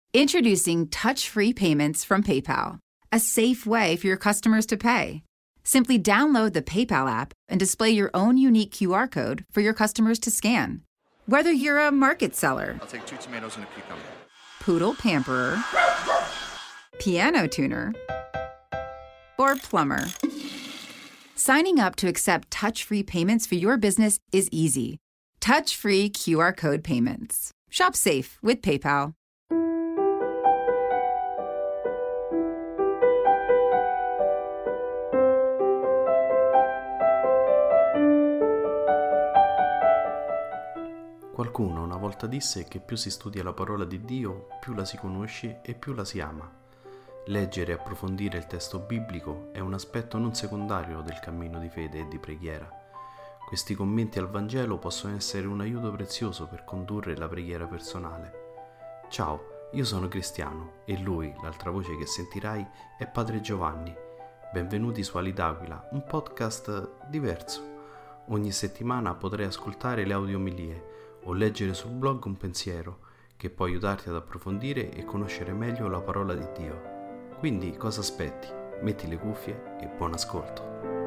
Introducing touch-free payments from PayPal, a safe way for your customers to pay. Simply download the PayPal app and display your own unique QR code for your customers to scan. Whether you're a market seller, I'll take 2 tomatoes and a cucumber. poodle pamperer, piano tuner, or plumber, signing up to accept touch-free payments for your business is easy. Touch-free QR code payments. Shop safe with PayPal. Qualcuno una volta disse che più si studia la parola di Dio, più la si conosce e più la si ama. Leggere e approfondire il testo biblico è un aspetto non secondario del cammino di fede e di preghiera. Questi commenti al Vangelo possono essere un aiuto prezioso per condurre la preghiera personale. Ciao, io sono Cristiano e lui, l'altra voce che sentirai, è Padre Giovanni. Benvenuti su Ali d'Aquila, un podcast diverso. Ogni settimana potrai ascoltare le audiomilie o leggere sul blog un pensiero che può aiutarti ad approfondire e conoscere meglio la parola di Dio. Quindi cosa aspetti? Metti le cuffie e buon ascolto.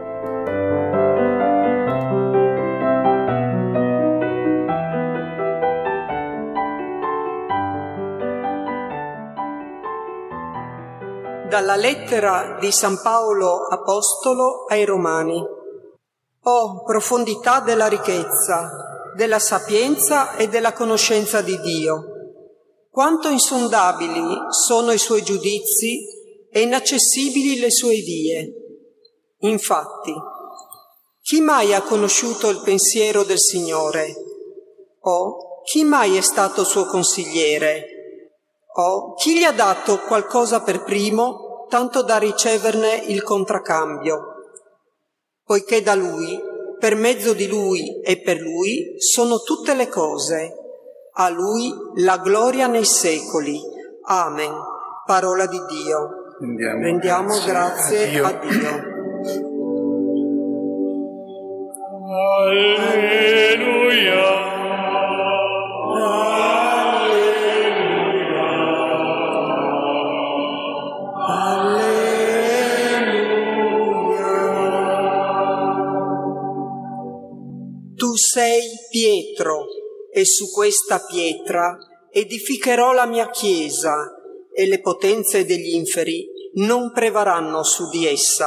Dalla lettera di San Paolo Apostolo ai Romani. Oh, profondità della ricchezza, della sapienza e della conoscenza di Dio! Quanto insondabili sono i suoi giudizi e inaccessibili le sue vie. Infatti, chi mai ha conosciuto il pensiero del Signore? O chi mai è stato suo consigliere? O chi gli ha dato qualcosa per primo, tanto da riceverne il contraccambio? Poiché da Lui, per mezzo di Lui e per Lui sono tutte le cose. A Lui la gloria nei secoli. Amen. Parola di Dio. Rendiamo grazie a Dio. Alleluia. Tu sei Pietro, e su questa pietra edificherò la mia chiesa, e le potenze degli inferi non prevarranno su di essa.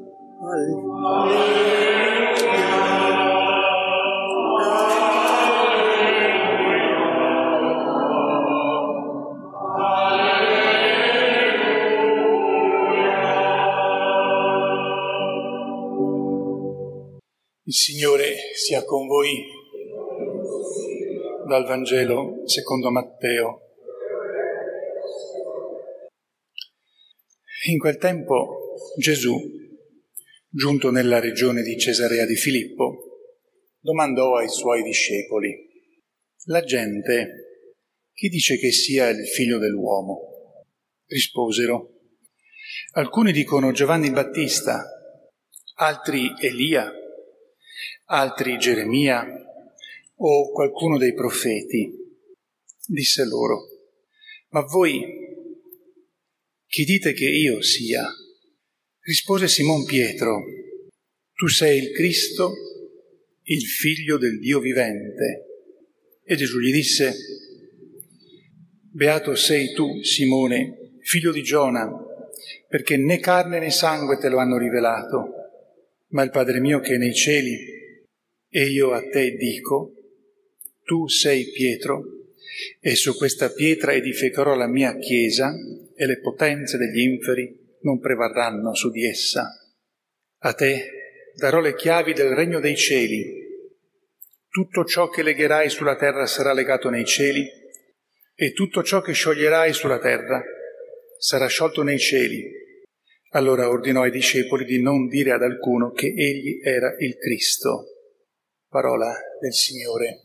Il Signore sia con voi. Dal Vangelo secondo Matteo. In quel tempo Gesù, giunto nella regione di Cesarea di Filippo, domandò ai suoi discepoli: la gente, chi dice che sia il figlio dell'uomo? Risposero: alcuni dicono Giovanni il Battista, altri Elia, altri Geremia o qualcuno dei profeti. Disse loro: ma voi chi dite che io sia? Rispose Simon Pietro: tu sei il Cristo, il figlio del Dio vivente. E Gesù gli disse: beato sei tu, Simone, figlio di Giona, perché né carne né sangue te lo hanno rivelato, ma il Padre mio che è nei cieli. E io a te dico, tu sei Pietro, e su questa pietra edificherò la mia chiesa, e le potenze degli inferi non prevarranno su di essa. A te darò le chiavi del regno dei cieli. Tutto ciò che legherai sulla terra sarà legato nei cieli, e tutto ciò che scioglierai sulla terra sarà sciolto nei cieli. Allora ordinò ai discepoli di non dire ad alcuno che egli era il Cristo. Parola del Signore.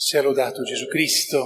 Sia lodato Gesù Cristo.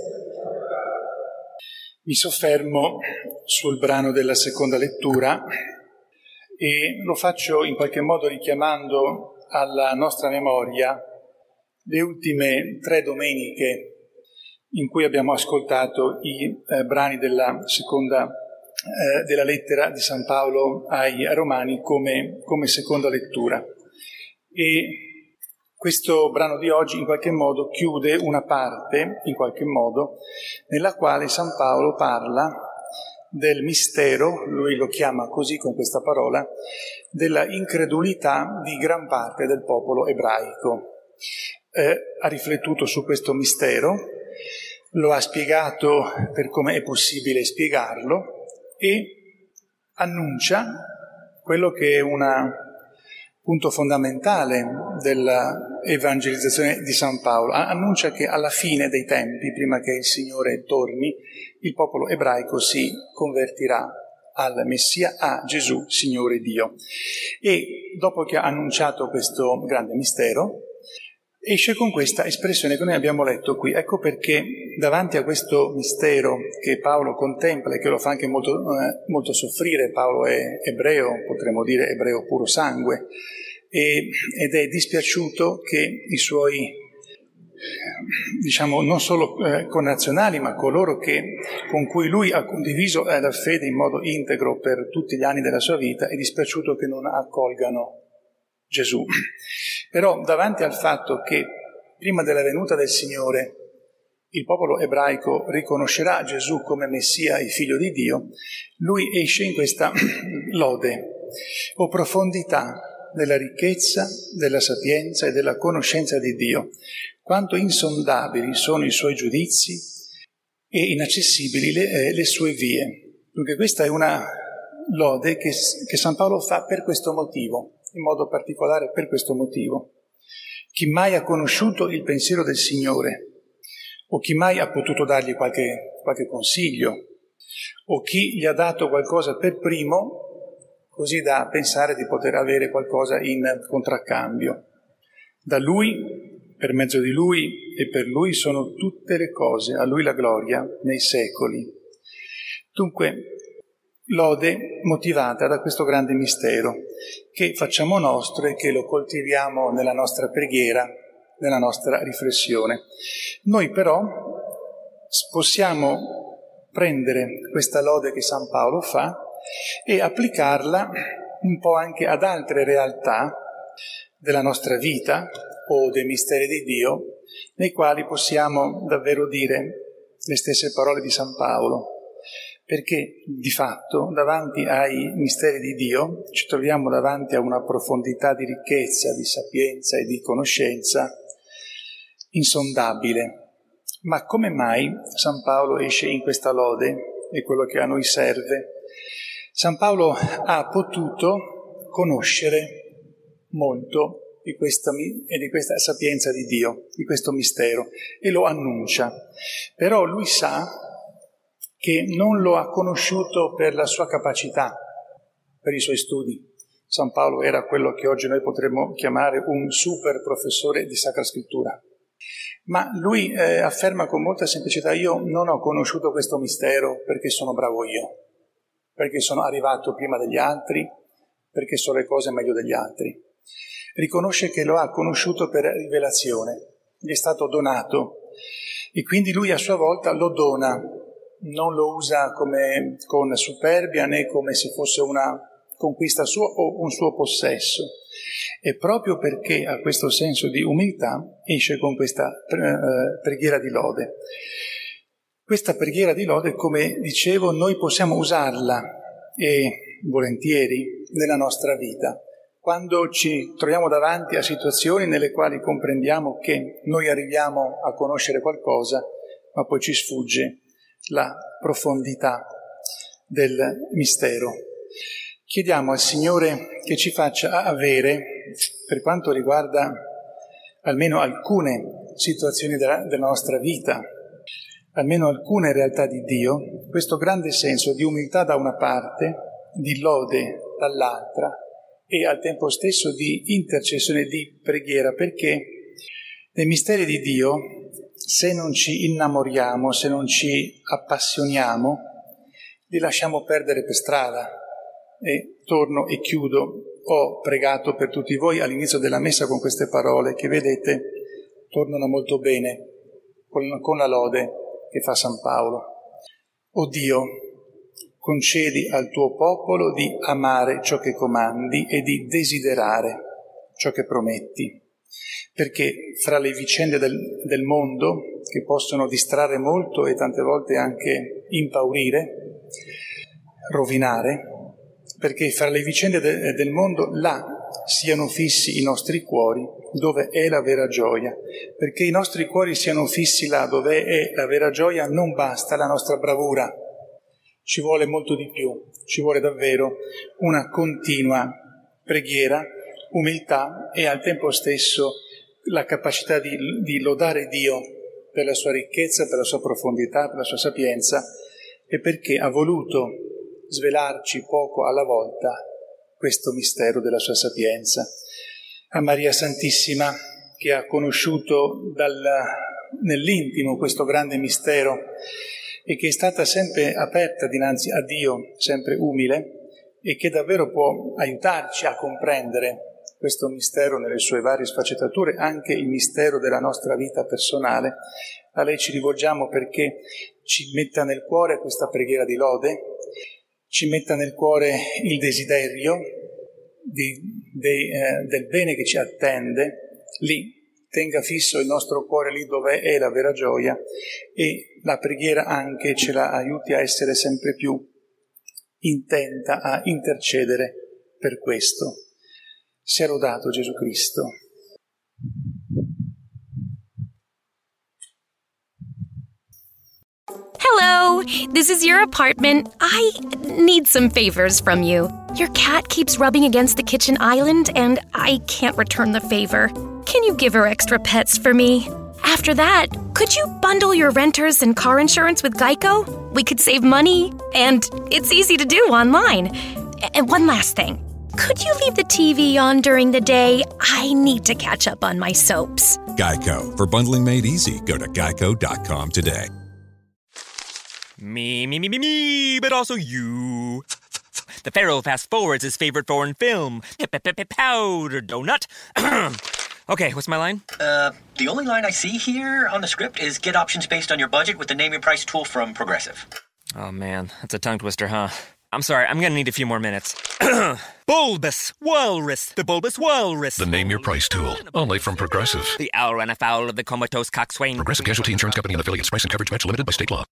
Mi soffermo sul brano della seconda lettura e lo faccio in qualche modo richiamando alla nostra memoria le ultime 3 domeniche in cui abbiamo ascoltato i brani della seconda della lettera di San Paolo ai Romani come seconda lettura. E questo brano di oggi in qualche modo chiude una parte, in qualche modo, nella quale San Paolo parla del mistero, lui lo chiama così con questa parola, della incredulità di gran parte del popolo ebraico. Ha riflettuto su questo mistero, lo ha spiegato per come è possibile spiegarlo e annuncia quello che è un punto fondamentale dell'evangelizzazione di San Paolo. Annuncia che alla fine dei tempi, prima che il Signore torni, il popolo ebraico si convertirà al Messia, a Gesù, Signore Dio. E dopo che ha annunciato questo grande mistero, esce con questa espressione che noi abbiamo letto qui. Ecco perché davanti a questo mistero che Paolo contempla e che lo fa anche molto soffrire, Paolo è ebreo, potremmo dire ebreo puro sangue, ed è dispiaciuto che i suoi, non solo connazionali, ma coloro con cui lui ha condiviso la fede in modo integro per tutti gli anni della sua vita, è dispiaciuto che non accolgano Gesù. Però davanti al fatto che prima della venuta del Signore il popolo ebraico riconoscerà Gesù come Messia e Figlio di Dio, lui esce in questa lode o profondità della ricchezza, della sapienza e della conoscenza di Dio, quanto insondabili sono i suoi giudizi e inaccessibili le sue vie. Dunque questa è una lode che San Paolo fa per questo motivo, in modo particolare per questo motivo. Chi mai ha conosciuto il pensiero del Signore, o chi mai ha potuto dargli qualche consiglio, o chi gli ha dato qualcosa per primo, così da pensare di poter avere qualcosa in contraccambio. Da Lui, per mezzo di Lui e per Lui sono tutte le cose, a Lui la gloria nei secoli. Dunque, lode motivata da questo grande mistero che facciamo nostro e che lo coltiviamo nella nostra preghiera, nella nostra riflessione. Noi però possiamo prendere questa lode che San Paolo fa e applicarla un po' anche ad altre realtà della nostra vita o dei misteri di Dio, nei quali possiamo davvero dire le stesse parole di San Paolo. Perché di fatto davanti ai misteri di Dio ci troviamo davanti a una profondità di ricchezza, di sapienza e di conoscenza insondabile. Ma come mai San Paolo esce in questa lode? È quello che a noi serve. San Paolo ha potuto conoscere molto di questa sapienza di Dio, di questo mistero, e lo annuncia. Però lui sa che non lo ha conosciuto per la sua capacità, per i suoi studi. San Paolo era quello che oggi noi potremmo chiamare un super professore di Sacra Scrittura. Ma lui afferma con molta semplicità: io non ho conosciuto questo mistero perché sono bravo io, perché sono arrivato prima degli altri, perché so le cose meglio degli altri. Riconosce che lo ha conosciuto per rivelazione, gli è stato donato e quindi lui a sua volta lo dona. Non lo usa con superbia né come se fosse una conquista sua o un suo possesso. E proprio perché ha questo senso di umiltà esce con questa preghiera di lode. Questa preghiera di lode, come dicevo, noi possiamo usarla e volentieri nella nostra vita, quando ci troviamo davanti a situazioni nelle quali comprendiamo che noi arriviamo a conoscere qualcosa, ma poi ci sfugge la profondità del mistero. Chiediamo al Signore che ci faccia avere, per quanto riguarda almeno alcune situazioni della nostra vita, almeno alcune realtà di Dio, questo grande senso di umiltà da una parte, di lode dall'altra e al tempo stesso di intercessione, di preghiera, perché nei misteri di Dio se non ci innamoriamo, se non ci appassioniamo, li lasciamo perdere per strada. E torno e chiudo. Ho pregato per tutti voi all'inizio della messa con queste parole che, vedete, tornano molto bene con la lode che fa San Paolo. O Dio, concedi al tuo popolo di amare ciò che comandi e di desiderare ciò che prometti, perché fra le vicende del mondo, che possono distrarre molto e tante volte anche impaurire, rovinare, perché fra le vicende del mondo là siano fissi i nostri cuori, dove è la vera gioia. Perché i nostri cuori siano fissi là dove è la vera gioia non basta la nostra bravura, ci vuole molto di più, ci vuole davvero una continua preghiera, umiltà e al tempo stesso la capacità di lodare Dio per la sua ricchezza, per la sua profondità, per la sua sapienza e perché ha voluto svelarci poco alla volta questo mistero della sua sapienza. A Maria Santissima, che ha conosciuto nell'intimo questo grande mistero e che è stata sempre aperta dinanzi a Dio, sempre umile, e che davvero può aiutarci a comprendere questo mistero nelle sue varie sfaccettature, anche il mistero della nostra vita personale. A lei ci rivolgiamo perché ci metta nel cuore questa preghiera di lode, ci metta nel cuore il desiderio del bene che ci attende, lì tenga fisso il nostro cuore lì dove è la vera gioia e la preghiera anche ce la aiuti a essere sempre più intenta a intercedere per questo. Sia lodato Gesù Cristo. Hello, this is your apartment. I need some favors from you. Your cat keeps rubbing against the kitchen island and I can't return the favor. Can you give her extra pets for me? After that, could you bundle your renters and car insurance with Geico? We could save money, and it's easy to do online. And one last thing. Could you leave the TV on during the day? I need to catch up on my soaps. Geico. For bundling made easy, go to geico.com today. Me, but also you. The Pharaoh fast forwards his favorite foreign film, Powder Donut. Okay, what's my line? The only line I see here on the script is get options based on your budget with the Name Your Price tool from Progressive. Oh man, that's a tongue twister, huh? I'm sorry, I'm gonna need a few more minutes. Bulbous Walrus, the Bulbous Walrus. The Name Your Price tool, only from Progressive. The owl ran afoul of the comatose coxswain. Progressive Casualty Insurance Company and affiliates. Price and coverage match limited by state law.